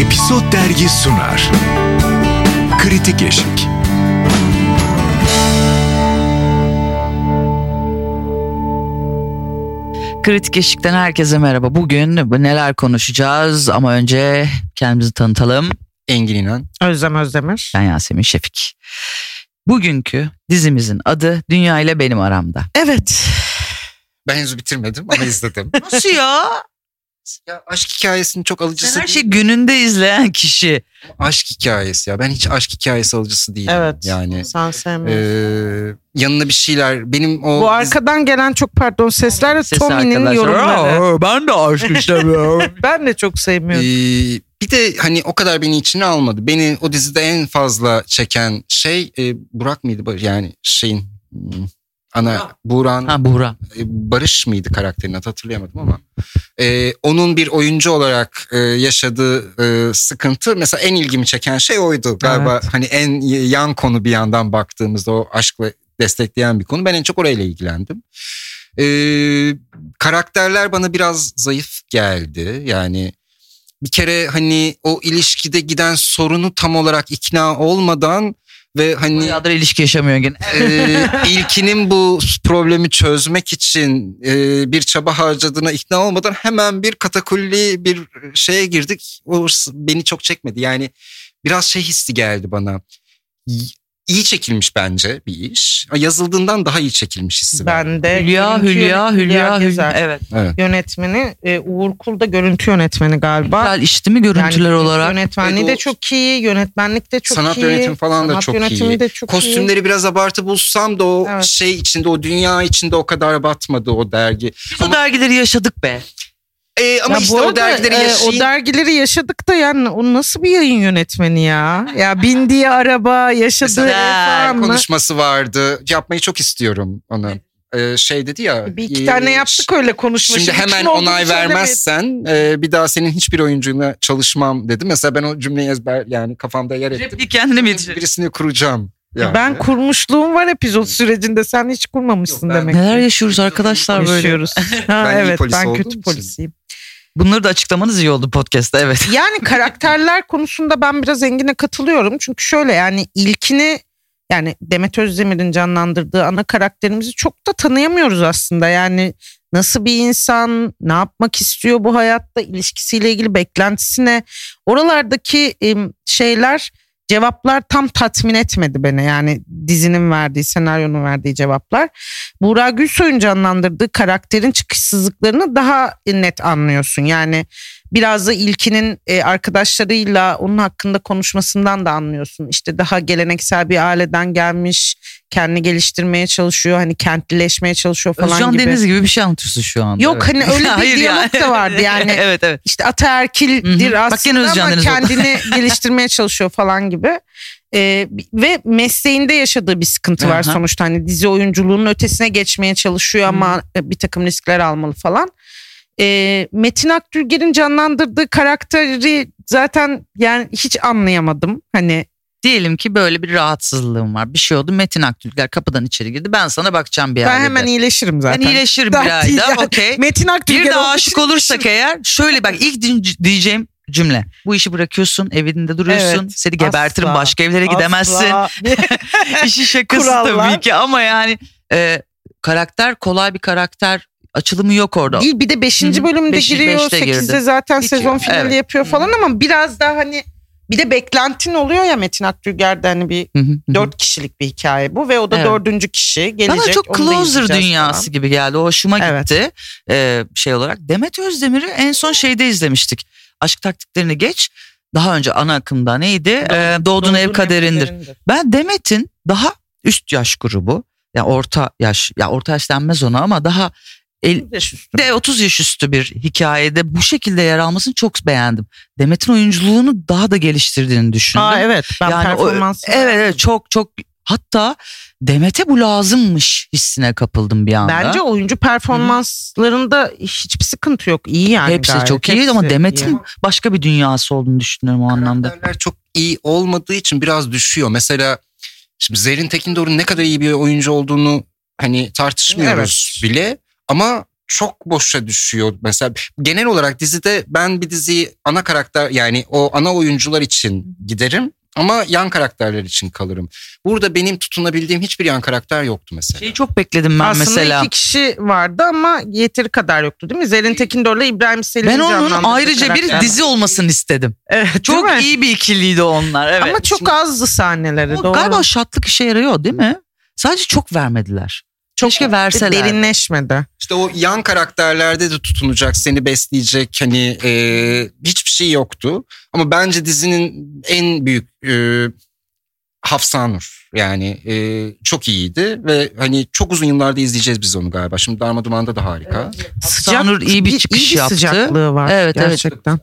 Episod Dergi sunar. Kritik Eşik. Kritik Eşik'ten herkese merhaba. Bugün neler konuşacağız ama önce kendimizi tanıtalım. Engin İnan. Özlem Özdemir. Ben Yasemin Şefik. Bugünkü dizimizin adı Dünya ile Benim Aramda. Evet. Ben henüz bitirmedim ama izledim. Nasıl ya? Ya aşk hikayesinin çok alıcısı Sen her değil. şeyi gününde izleyen kişi. Aşk hikayesi ya. Ben hiç aşk hikayesi alıcısı değilim. Evet. Yani Sen sevmiyorsun. yanına bir şeyler benim o Bu arkadan gelen çok pardon sesler de Ses Tommy'nin arkadaşlar. yorumları. Ben de aşk istemiyorum. Ben de çok sevmiyorum. bir de hani o kadar beni içine almadı. Beni o dizide en fazla çeken şey Burak mıydı? Yani şeyin ana Buğra'nın Ha, Buğra. Barış mıydı karakterin adı, hatırlayamadım ama onun bir oyuncu olarak yaşadığı sıkıntı mesela en ilgimi çeken şey oydu galiba. Evet. Hani en yan konu bir yandan baktığımızda o aşkla destekleyen bir konu. Ben en çok orayla ilgilendim. Karakterler bana biraz zayıf geldi. Yani bir kere hani o ilişkide giden sorunu tam olarak ikna olmadan ve hani Bayağıdır ilişki yaşamıyor gene. İlkinin bu problemi çözmek için bir çaba harcadığına ikna olmadan hemen bir katakulli bir şeye girdik. O beni çok çekmedi. Yani biraz şey hissi geldi bana. İyi çekilmiş bence bir iş. Yazıldığından daha iyi çekilmiş hissi var. Ben de Hülya. Gezer. Evet. Yönetmeni Uğur Kul da görüntü yönetmeni galiba. Güzel işti mi görüntüler Yani olarak? Yönetmenliği Evet, de çok iyi, yönetmenlik de çok sanat iyi. yönetimi falan da sanat çok yönetimi iyi. de çok Kostümleri biraz abartı bulsam da o Evet. şey içinde, o dünya içinde o kadar batmadı o dergi. Bu dergileri yaşadık be. Ama Ya işte bu o arada, dergileri yaşayın. o dergileri yaşadık da yani o nasıl bir yayın yönetmeni ya? Ya bindiği araba, yaşadığı ev Mesela falan mı? Konuşması vardı. Yapmayı çok istiyorum onu. Şey dedi ya. Bir iki tane yaptık öyle konuşma. Şimdi hemen kim olduğunu onay söylemedim. vermezsen bir daha senin hiçbir oyuncuyla çalışmam dedi. Mesela ben o cümleyi yani kafamda yer ettim. Repliği kendine mi yetiştirdin? Birisini kuracağım. Yani. Ben kurmuşluğum var epizod sürecinde. Sen hiç kurmamışsın Yok, ben- demek. Neler yaşıyoruz arkadaşlar böyle. Yaşıyoruz. Ha, Ben iyi evet polis ben olduğum kötü için. polisiyim. Bunları da açıklamanız iyi oldu podcast'ta, evet. Yani karakterler konusunda ben biraz Engin'e katılıyorum. Çünkü şöyle yani ilkini yani Demet Özdemir'in canlandırdığı ana karakterimizi çok da tanıyamıyoruz aslında. Yani nasıl bir insan, ne yapmak istiyor bu hayatta, ilişkisiyle ilgili beklentisine, oralardaki şeyler, cevaplar tam tatmin etmedi beni. Yani dizinin verdiği, senaryonun verdiği cevaplar. Buğra Gülsoy'un canlandırdığı karakterin çıkışsızlıklarını daha net anlıyorsun. Yani biraz da İlkin'in arkadaşlarıyla onun hakkında konuşmasından da anlıyorsun. İşte daha geleneksel bir aileden gelmiş, kendini geliştirmeye çalışıyor, hani kentlileşmeye çalışıyor falan Özcan gibi. Deniz gibi bir şey anlatıyorsun şu anda. Yok evet. hani öyle bir Hayır diyalog yani. da vardı yani. Evet. İşte ataerkildir Hı hı. Bak gene aslında Özcan ama Deniz oldu. kendini geliştirmeye çalışıyor falan gibi. Ve mesleğinde yaşadığı bir sıkıntı var Aha. sonuçta. Hani dizi oyunculuğunun ötesine geçmeye çalışıyor ama bir takım riskler almalı falan. Metin Akdülger'in canlandırdığı karakteri zaten yani hiç anlayamadım. Hani Diyelim ki böyle bir rahatsızlığım var. Bir şey oldu. Metin Akdülger kapıdan içeri girdi. Ben sana bakacağım bir ben ayda. hemen iyileşirim zaten. Ben iyileşirim Daha bir değil ayda. yani. Okey. Metin Akdülger Bir de olduğu aşık için olursak eğer şöyle bak, ilk diyeceğim cümle. Bu işi bırakıyorsun, evinde duruyorsun. Evet, Seni gebertirim, asla, başka evlere gidemezsin. asla. İşin şakası Kurallar. tabii ki ama yani karakter kolay bir karakter açılımı yok orada. Değil, bir de 5. Hı hı. bölümde Beşi- giriyor, beşte 8'de girdi. zaten Bitiyor. sezon finali Evet. yapıyor falan ama biraz daha hani bir de beklentin oluyor ya Metin Akdülger'de, hani bir Hı hı. 4 kişilik bir hikaye bu ve o da Evet. 4. kişi gelecek. Bana çok onu da Closer izleyeceğiz dünyası falan. gibi geldi. O hoşuma Evet. gitti şey olarak. Demet Özdemir'i en son şeyde izlemiştik. Aşk Taktiklerini geç. Daha önce ana akımda neydi? Doğduğun Ev Kaderindir. Ben Demet'in daha üst yaş grubu, ya orta yaş denmez ona ama daha 30 yaş üstü bir hikayede bu şekilde yer almasını çok beğendim. Demet'in oyunculuğunu daha da geliştirdiğini düşündüm. Evet, ben Yani performansını evet çok hatta Demet'e bu lazımmış hissine kapıldım bir anda. bence oyuncu performanslarında hiçbir sıkıntı yok. İyi yani. Hepsi gayet. çok iyi Hepsi ama Demet'in iyi. başka bir dünyası olduğunu düşünüyorum o anlamda. Karakterler çok iyi olmadığı için biraz düşüyor. Mesela şimdi Zerrin Tekindor'un ne kadar iyi bir oyuncu olduğunu hani tartışmıyoruz bile ama çok boşa düşüyor. Mesela genel olarak dizide ben bir diziyi ana karakter, yani o ana oyuncular için giderim ama yan karakterler için kalırım. Burada benim tutunabildiğim hiçbir yan karakter yoktu mesela. Şeyi çok bekledim ben Aslında mesela. iki kişi vardı ama yeteri kadar yoktu değil mi? Zerrin Tekindor'la İbrahim Selim'in Ben onun canlandırdığı ayrıca bir karakter. dizi olmasını istedim. Evet, Çok değil mi? iyi bir ikiliydi onlar. Evet. Ama çok azdı sahneleri. O Doğru. galiba şatlık işe yarıyor değil mi? Sadece çok vermediler. Keşke verseler. Derinleşmedi. İşte o yan karakterlerde de tutunacak, seni besleyecek hani hiçbir şey yoktu. Ama bence dizinin en büyük Hafsanur yani çok iyiydi ve hani çok uzun yıllarda izleyeceğiz biz onu galiba. Şimdi Darmadağın'da da harika. Hafsanur iyi bir çıkış yaptı. Sıcaklığı var Evet, gerçekten.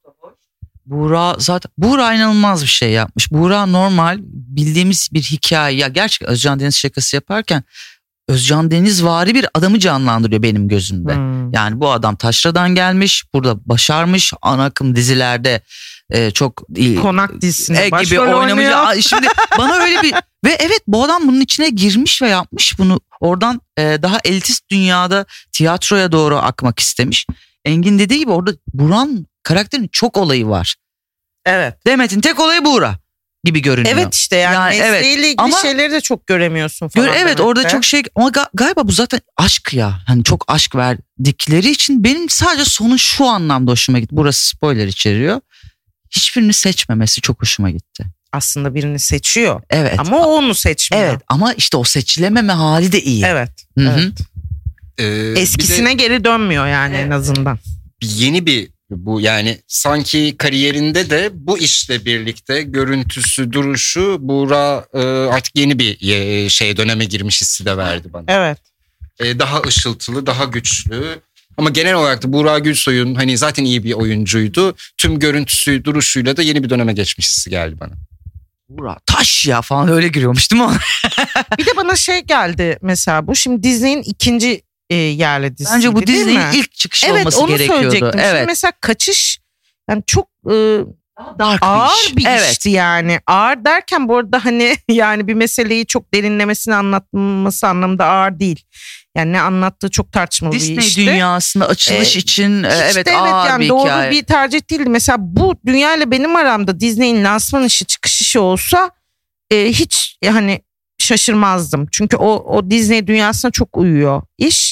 Buğra zaten Buğra inanılmaz bir şey yapmış. Buğra normal bildiğimiz bir hikaye. Ya gerçekten Özcan Deniz şakası yaparken Özcan Deniz vari bir adamı canlandırıyor benim gözümde. Yani bu adam taşradan gelmiş, burada başarmış, ana akım dizilerde çok iyi. Konak dizisinde gibi başrol oynamış. oynuyor. Şimdi bana öyle bir ve evet bu adam bunun içine girmiş ve yapmış bunu. Oradan daha elitist dünyada tiyatroya doğru akmak istemiş. Engin dediği gibi orada Buğra'nın karakterinin çok olayı var. Evet. Demet'in tek olayı Buğra gibi görünüyor. Evet işte yani mesleğiyle ilgili Ama şeyleri de çok göremiyorsun falan. evet Demet'te. orada çok şey ama galiba bu zaten aşk ya. Hani çok aşk verdikleri için benim sadece sonun şu anlamda hoşuma gitti. Burası spoiler içeriyor. Hiçbirini seçmemesi çok hoşuma gitti. Aslında birini seçiyor. Evet. Ama o onu seçmiyor. Evet ama işte o seçilememe hali de iyi. Evet. Hı-hı. Evet. Eskisine geri dönmüyor yani en azından. Yeni bir bu yani sanki kariyerinde de bu işle birlikte görüntüsü, duruşu Buğra artık yeni bir döneme girmiş hissi de verdi bana. Evet. Daha ışıltılı, daha güçlü. Ama genel olarak da Buğra Gülsoy'un hani zaten iyi bir oyuncuydu. Tüm görüntüsü, duruşuyla da yeni bir döneme geçmiş hissi geldi bana. Buğra taş ya falan öyle giriyormuş değil mi? Bir de bana şey geldi mesela bu şimdi Disney'in ikinci yerli dizisi. Bence bu Disney'in ilk çıkış olması gerekiyordu. Evet onu söyleyecektim. Şimdi mesela Kaçış yani çok dark ağır bir işti yani. Ağır derken bu arada hani yani bir meseleyi çok derinlemesine anlatması anlamında ağır değil. Yani ne anlattığı çok tartışmalı Disney bir işti. dünyasında açılış için evet ağır yani bir doğru hikaye. bir tercih değildi. Mesela bu dünyayla benim aramda Disney'in lansman işi çıkış işi olsa hiç hani şaşırmazdım. Çünkü o Disney dünyasına çok uyuyor iş.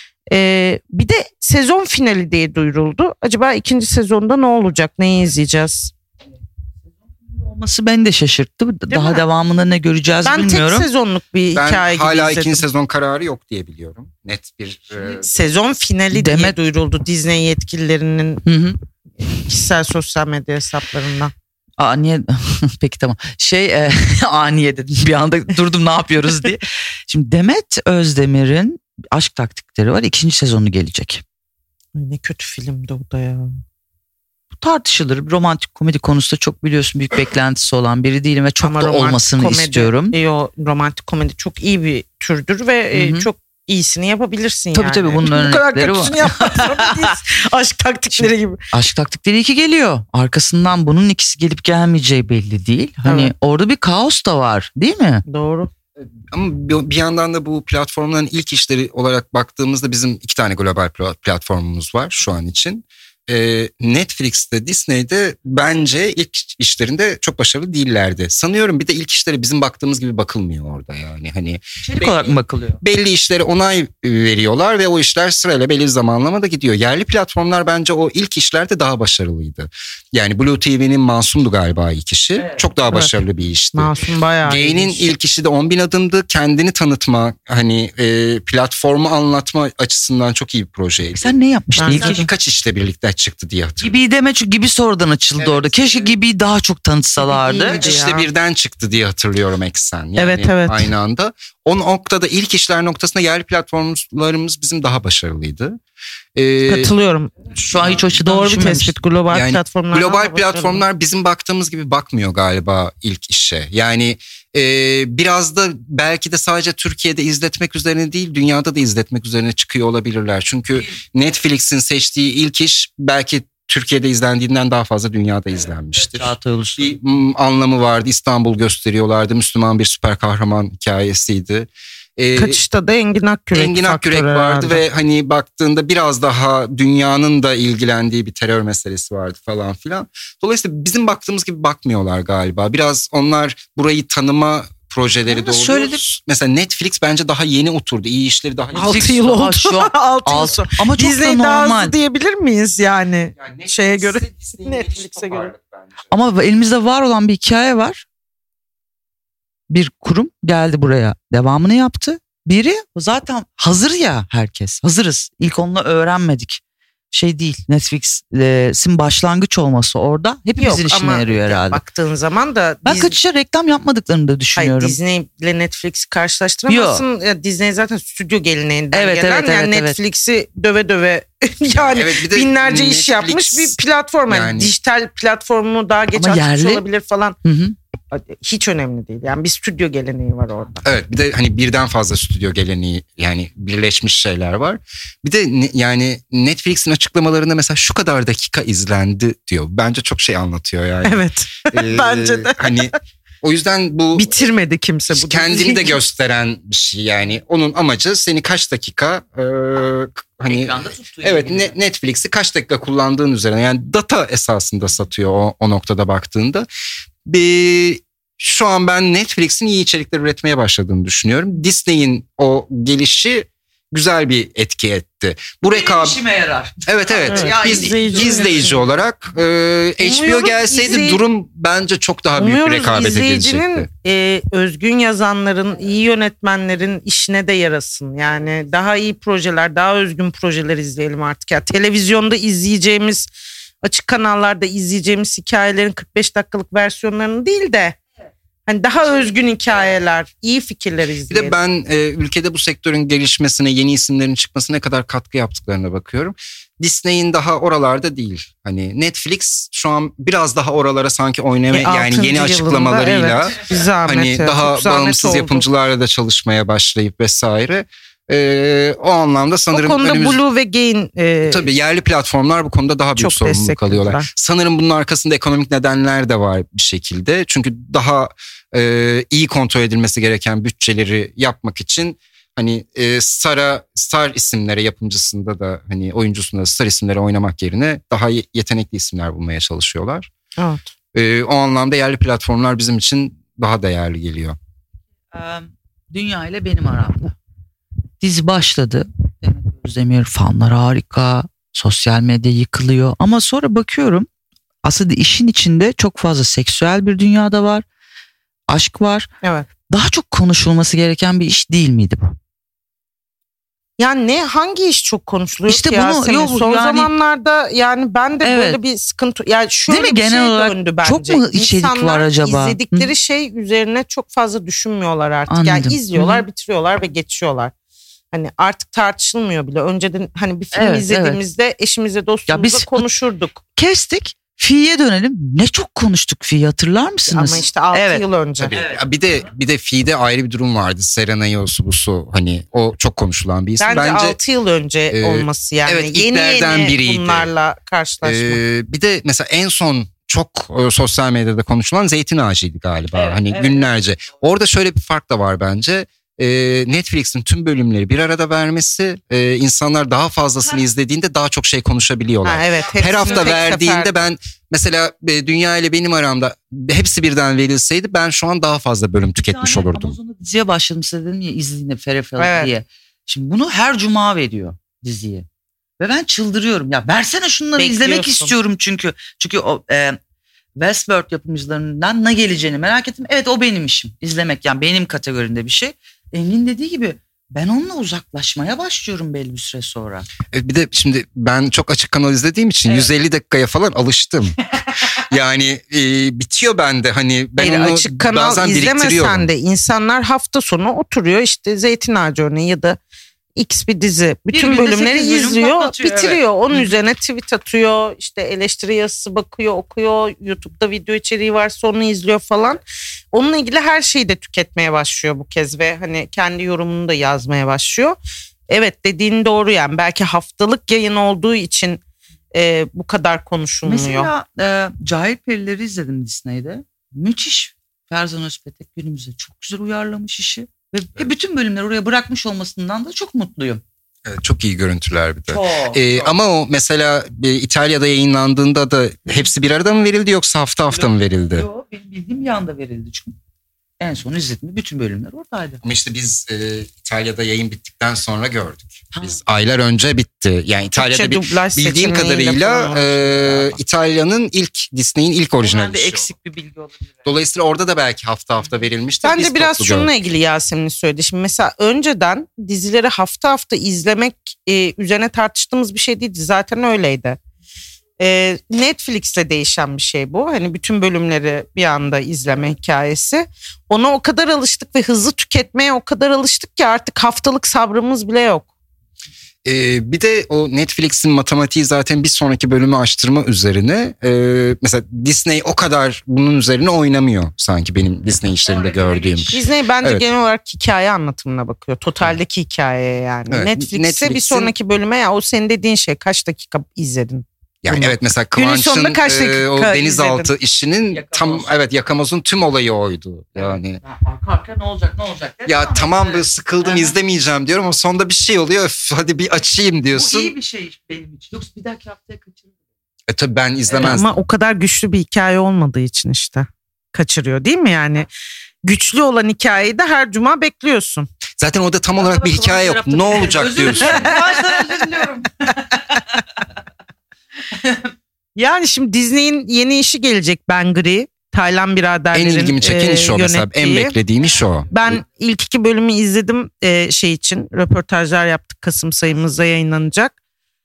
Bir de sezon finali diye duyuruldu. Acaba ikinci sezonda ne olacak? Neyi izleyeceğiz? Olması beni de şaşırttı. Değil Daha mi? devamında ne göreceğiz Ben bilmiyorum. tek sezonluk bir hikaye Ben hala gibi izledim. ikinci sezon kararı yok diye biliyorum. Net bir... Sezon finali diye duyuruldu Disney yetkililerinin Hı-hı. kişisel sosyal medya hesaplarından. Niye? Peki tamam. Niye dedim bir anda durdum ne yapıyoruz diye. Şimdi Demet Özdemir'in Aşk Taktikleri var. 2. sezonu gelecek. Ay ne kötü filmdi o da ya. Bu tartışılır. Romantik komedi konusunda çok biliyorsun büyük beklentisi olan biri değilim ve çok Ama da romantik olmasını komedi, istiyorum. Romantik komedi çok iyi bir türdür ve çok iyisini yapabilirsin tabii, yani. Tabii bunun örnekleri var. Bu kadar kötüsünü yapmadın. Aşk Taktikleri gibi. Aşk Taktikleri 2 geliyor. Arkasından bunun ikisi gelip gelmeyeceği belli değil. Hani evet. Orada bir kaos da var değil mi? Doğru. Ama bir yandan da bu platformların ilk işleri olarak baktığımızda bizim 2 tane global platformumuz var şu an için. Netflix'te, Disney'de bence ilk işlerinde çok başarılı değillerdi. Sanıyorum bir de ilk işlere bizim baktığımız gibi bakılmıyor orada yani. Hani İçerik olarak mı bakılıyor? Belli işlere onay veriyorlar ve o işler sırayla belli zamanlamada gidiyor. Yerli platformlar bence o ilk işlerde daha başarılıydı. Yani Blue TV'nin Masum'du galiba ilk işi. Evet. Çok daha başarılı bir işti. Masum bayağı Gay'nin ilk işi de 10.000 adımdı. Kendini tanıtma, hani platformu anlatma açısından çok iyi bir projeydi. Sen ne yapmıştın? İlk birkaç işle birlikte çıktı diye hatırlıyorum. Gibi deme çünkü Gibi sonradan açıldı orada. Keşke Gibi daha çok tanıtsalardı. Birkaç işte birden çıktı diye hatırlıyorum Eksen. Yani evet. Aynı anda. O noktada ilk işler noktasında yerli platformlarımız bizim daha başarılıydı. Katılıyorum. Şu an hiç o açıdan doğru bir tespit. Global platformlar. Global platformlar bizim baktığımız gibi bakmıyor galiba ilk işe. Yani biraz da belki de sadece Türkiye'de izletmek üzerine değil dünyada da izletmek üzerine çıkıyor olabilirler. Çünkü Netflix'in seçtiği ilk iş belki Türkiye'de izlendiğinden daha fazla dünyada izlenmiştir. Bir anlamı vardı. İstanbul gösteriyorlardı. Müslüman bir süper kahraman hikayesiydi. Kaçışta da Engin Akkürek vardı herhalde. ve hani baktığında biraz daha dünyanın da ilgilendiği bir terör meselesi vardı falan filan. Dolayısıyla bizim baktığımız gibi bakmıyorlar galiba. Biraz onlar burayı tanıma projeleri doğuruyor. Mesela Netflix bence daha yeni oturdu. İyi işleri daha yeni. 6 yıl oldu. Şu an 6 yıl sonra. Ama çok da Disney daha normal. hızlı diyebilir miyiz yani? Yani şeye göre. Netflix'e göre. Ama elimizde var olan bir hikaye var. Bir kurum geldi buraya, devamını yaptı. Biri zaten hazır ya, herkes. Hazırız. İlk onunla öğrenmedik. Şey değil, Netflix'in başlangıç olması orada hepimizin işine yarıyor herhalde. Baktığın zaman da Ben kaçışa reklam yapmadıklarını da düşünüyorum. Hayır, Disney ile Netflix'i karşılaştıramazsın. Ya, Disney zaten stüdyo geleneğinden gelen. Yani Netflix'i döve yani binlerce iş yapmış bir platform. Yani dijital platformu daha geç açmış olabilir falan. Hı. Hiç önemli değil. Yani bir stüdyo geleneği var orada. Evet, bir de hani birden fazla stüdyo geleneği, yani birleşmiş şeyler var. Bir de yani Netflix'in açıklamalarında mesela şu kadar dakika izlendi diyor. Bence çok şey anlatıyor yani. Evet. Bence de. Hani o yüzden bu bitirmedi kimse bu kendini de gösteren bir şey yani. Onun amacı seni kaç dakika hani evet Netflix'i kaç dakika kullandığın üzerine, yani data esasında satıyor o noktada baktığında. Şu an ben Netflix'in iyi içerikler üretmeye başladığını düşünüyorum. Disney'in o gelişi güzel bir etki etti. Bu rekabet işime yarar. Evet. Biz izleyici olarak HBO gelseydi durum bence çok daha büyük bir rekabete gelecekti. Özgün yazanların, iyi yönetmenlerin işine de yarasın. Yani daha iyi projeler, daha özgün projeler izleyelim artık. Ya televizyonda izleyeceğimiz, açık kanallarda izleyeceğimiz hikayelerin 45 dakikalık versiyonlarını değil de hani daha özgün hikayeler, iyi fikirler izleyelim. Bir de ben ülkede bu sektörün gelişmesine, yeni isimlerin çıkmasına ne kadar katkı yaptıklarına bakıyorum. Disney'in daha oralarda değil. Hani Netflix şu an biraz daha oralara sanki oynamaya, yani yeni açıklamalarıyla hani daha bağımsız yapımcılarla da çalışmaya başlayıp vesaire. O anlamda sanırım o konuda Blue ve Gain tabii yerli platformlar bu konuda daha büyük sorumluluk alıyorlar. Sanırım bunun arkasında ekonomik nedenler de var bir şekilde. Çünkü daha iyi kontrol edilmesi gereken bütçeleri yapmak için hani star isimlere, yapımcısında da hani oyuncusunda da star isimlere oynamak yerine daha yetenekli isimler bulmaya çalışıyorlar. Evet. O anlamda yerli platformlar bizim için daha değerli geliyor. Dünya ile benim aramda. Dizi başladı. Demet Özdemir, fanlar harika. Sosyal medya yıkılıyor. Ama sonra bakıyorum aslında işin içinde çok fazla seksüel bir dünyada var. Aşk var. Evet. Daha çok konuşulması gereken bir iş değil miydi bu? Yani hangi iş çok konuşuluyor işte ki bunu, son zamanlarda yani ben de böyle bir sıkıntı, yani şöyle değil mi? Bir genel olarak döndü bence. Çok mu içerik İnsanlar var acaba? izledikleri şey üzerine çok fazla düşünmüyorlar artık. Anladım. Yani izliyorlar, bitiriyorlar ve geçiyorlar. Hani artık tartışılmıyor bile. Önceden hani bir film izlediğimizde eşimizle, dostumuzla konuşurduk. Kestik. Fi'ye dönelim. Ne çok konuştuk Fi'yi, hatırlar mısınız? Ama işte 6 yıl önce. Tabii. Bir de Fi'de ayrı bir durum vardı. Serenay Osubusu, hani o çok konuşulan bir isim. Bence 6 yıl önce olması yani. Evet, yeni biriydi. bunlarla karşılaşmak. Bir de mesela en son çok sosyal medyada konuşulan Zeytin Ağacı'ydı galiba. Günlerce. Orada şöyle bir fark da var bence. Netflix'in tüm bölümleri bir arada vermesi, insanlar daha fazlasını izlediğinde daha çok şey konuşabiliyorlar. Her hafta verdiğinde ben mesela Dünya ile benim aramda hepsi birden verilseydi ben şu an daha fazla bölüm tüketmiş olurdum. Amazon'da diziye başladım, size dedim ya izleyin Ferefel diye. Şimdi bunu her cuma veriyor diziyi. Ve ben çıldırıyorum. Ya versene şunları, izlemek istiyorum çünkü. Çünkü o Westworld yapımcılarından ne geleceğini merak ettim. Evet, o benim işim. İzlemek, yani benim kategorimde bir şey. Engin dediği gibi ben onunla uzaklaşmaya başlıyorum belli bir süre sonra. Bir de şimdi ben çok açık kanal izlediğim için 150 dakikaya falan alıştım. Yani bitiyor bende, hani ben onu açık kanal bazen biriktiriyorum. İzlemesen de insanlar hafta sonu oturuyor, işte Zeytin Ağacı örneği ya da X bir dizi. Bütün bölümleri izliyor, bitiriyor. Onun üzerine tweet atıyor, işte eleştiri yazısı bakıyor, okuyor. YouTube'da video içeriği varsa onu izliyor falan. Onunla ilgili her şeyi de tüketmeye başlıyor bu kez ve hani kendi yorumunu da yazmaya başlıyor. Evet, dediğin doğru yani. Belki haftalık yayın olduğu için bu kadar konuşulmuyor. Mesela Cahil Perileri izledim Disney'de. Müthiş. Ferzan Özpetek günümüze çok güzel uyarlamış işi. Ve bütün bölümleri oraya bırakmış olmasından da çok mutluyum. Evet, çok iyi görüntüler bir de. Çok. Ama o mesela İtalya'da yayınlandığında da hepsi bir arada mı verildi yoksa hafta hafta mı verildi? Yok, benim bildiğim bir anda verildi çünkü. En son izlediğimde bütün bölümler oradaydı. Ama işte biz İtalya'da yayın bittikten sonra gördük. Biz aylar önce bitti. Yani İtalya'da bildiğim kadarıyla İtalya'nın Disney'in ilk orijinal bir eksik bir bilgi olabilir. Dolayısıyla orada da belki hafta hafta verilmiştir. Bence biraz şununla ilgili Yasemin'in söyledi. Şimdi mesela önceden dizileri hafta hafta izlemek üzerine tartıştığımız bir şey değildi. Zaten öyleydi. Netflix'le değişen bir şey bu. Hani bütün bölümleri bir anda izleme hikayesi. Ona o kadar alıştık ve hızlı tüketmeye o kadar alıştık ki artık haftalık sabrımız bile yok. Bir de o Netflix'in matematiği zaten bir sonraki bölümü açtırma üzerine. Mesela Disney o kadar bunun üzerine oynamıyor sanki benim Disney işlerinde gördüğüm. Disney bence genel olarak hikaye anlatımına bakıyor. Totaldeki hikayeye yani. Evet, Netflix'e bir sonraki bölüme ya o senin dediğin şey kaç dakika izledin? Yani evet mesela Kıvanç'ın o denizaltı işinin Yakamoz'un tüm olayı oydu. Yani arka ne olacak? Ya tamam böyle sıkıldım izlemeyeceğim diyorum ama sonunda bir şey oluyor. Öf, hadi bir açayım diyorsun. Bu iyi bir şey benim için. Yoksa bir dahaki haftaya kaçırırım. Tabii ben izlemezdim. Ama o kadar güçlü bir hikaye olmadığı için işte kaçırıyor değil mi yani? Güçlü olan hikayeyi de her cuma bekliyorsun. Zaten o da tam olarak bir hikaye yok. Ne olacak diyorsun. Özür diliyorum. Yani şimdi Disney'in yeni işi gelecek Ben Gri. Taylan biraderlerin en ilgimi çeken iş o mesela. En beklediğim iş o. Ben ilk 2 bölümü izledim şey için. Röportajlar yaptık. Kasım sayımızda yayınlanacak.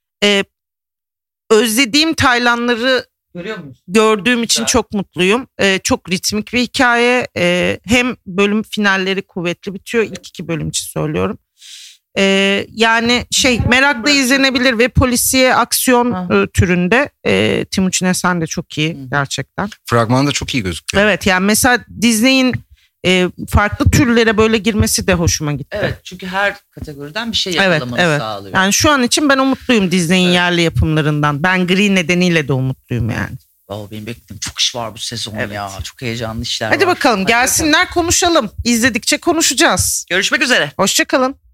Özlediğim Taylanları gördüğüm için çok mutluyum. Çok ritmik bir hikaye. Hem bölüm finalleri kuvvetli bitiyor. İlk 2 bölüm için söylüyorum. Yani merakla izlenebilir ve polisiye aksiyon türünde. Timuçin Esen de çok iyi gerçekten. Fragman da çok iyi gözüküyor. Evet yani mesela Disney'in farklı türlere böyle girmesi de hoşuma gitti. Evet çünkü her kategoriden bir şey yakalamanı sağlıyor. Yani şu an için ben umutluyum Disney'in yerli yapımlarından. Ben Gri nedeniyle de umutluyum yani. Benim beklediğim çok iş var bu sezon ya. Çok heyecanlı işler Hadi var. Bakalım gelsinler konuşalım. İzledikçe konuşacağız. Görüşmek üzere. Hoşça kalın.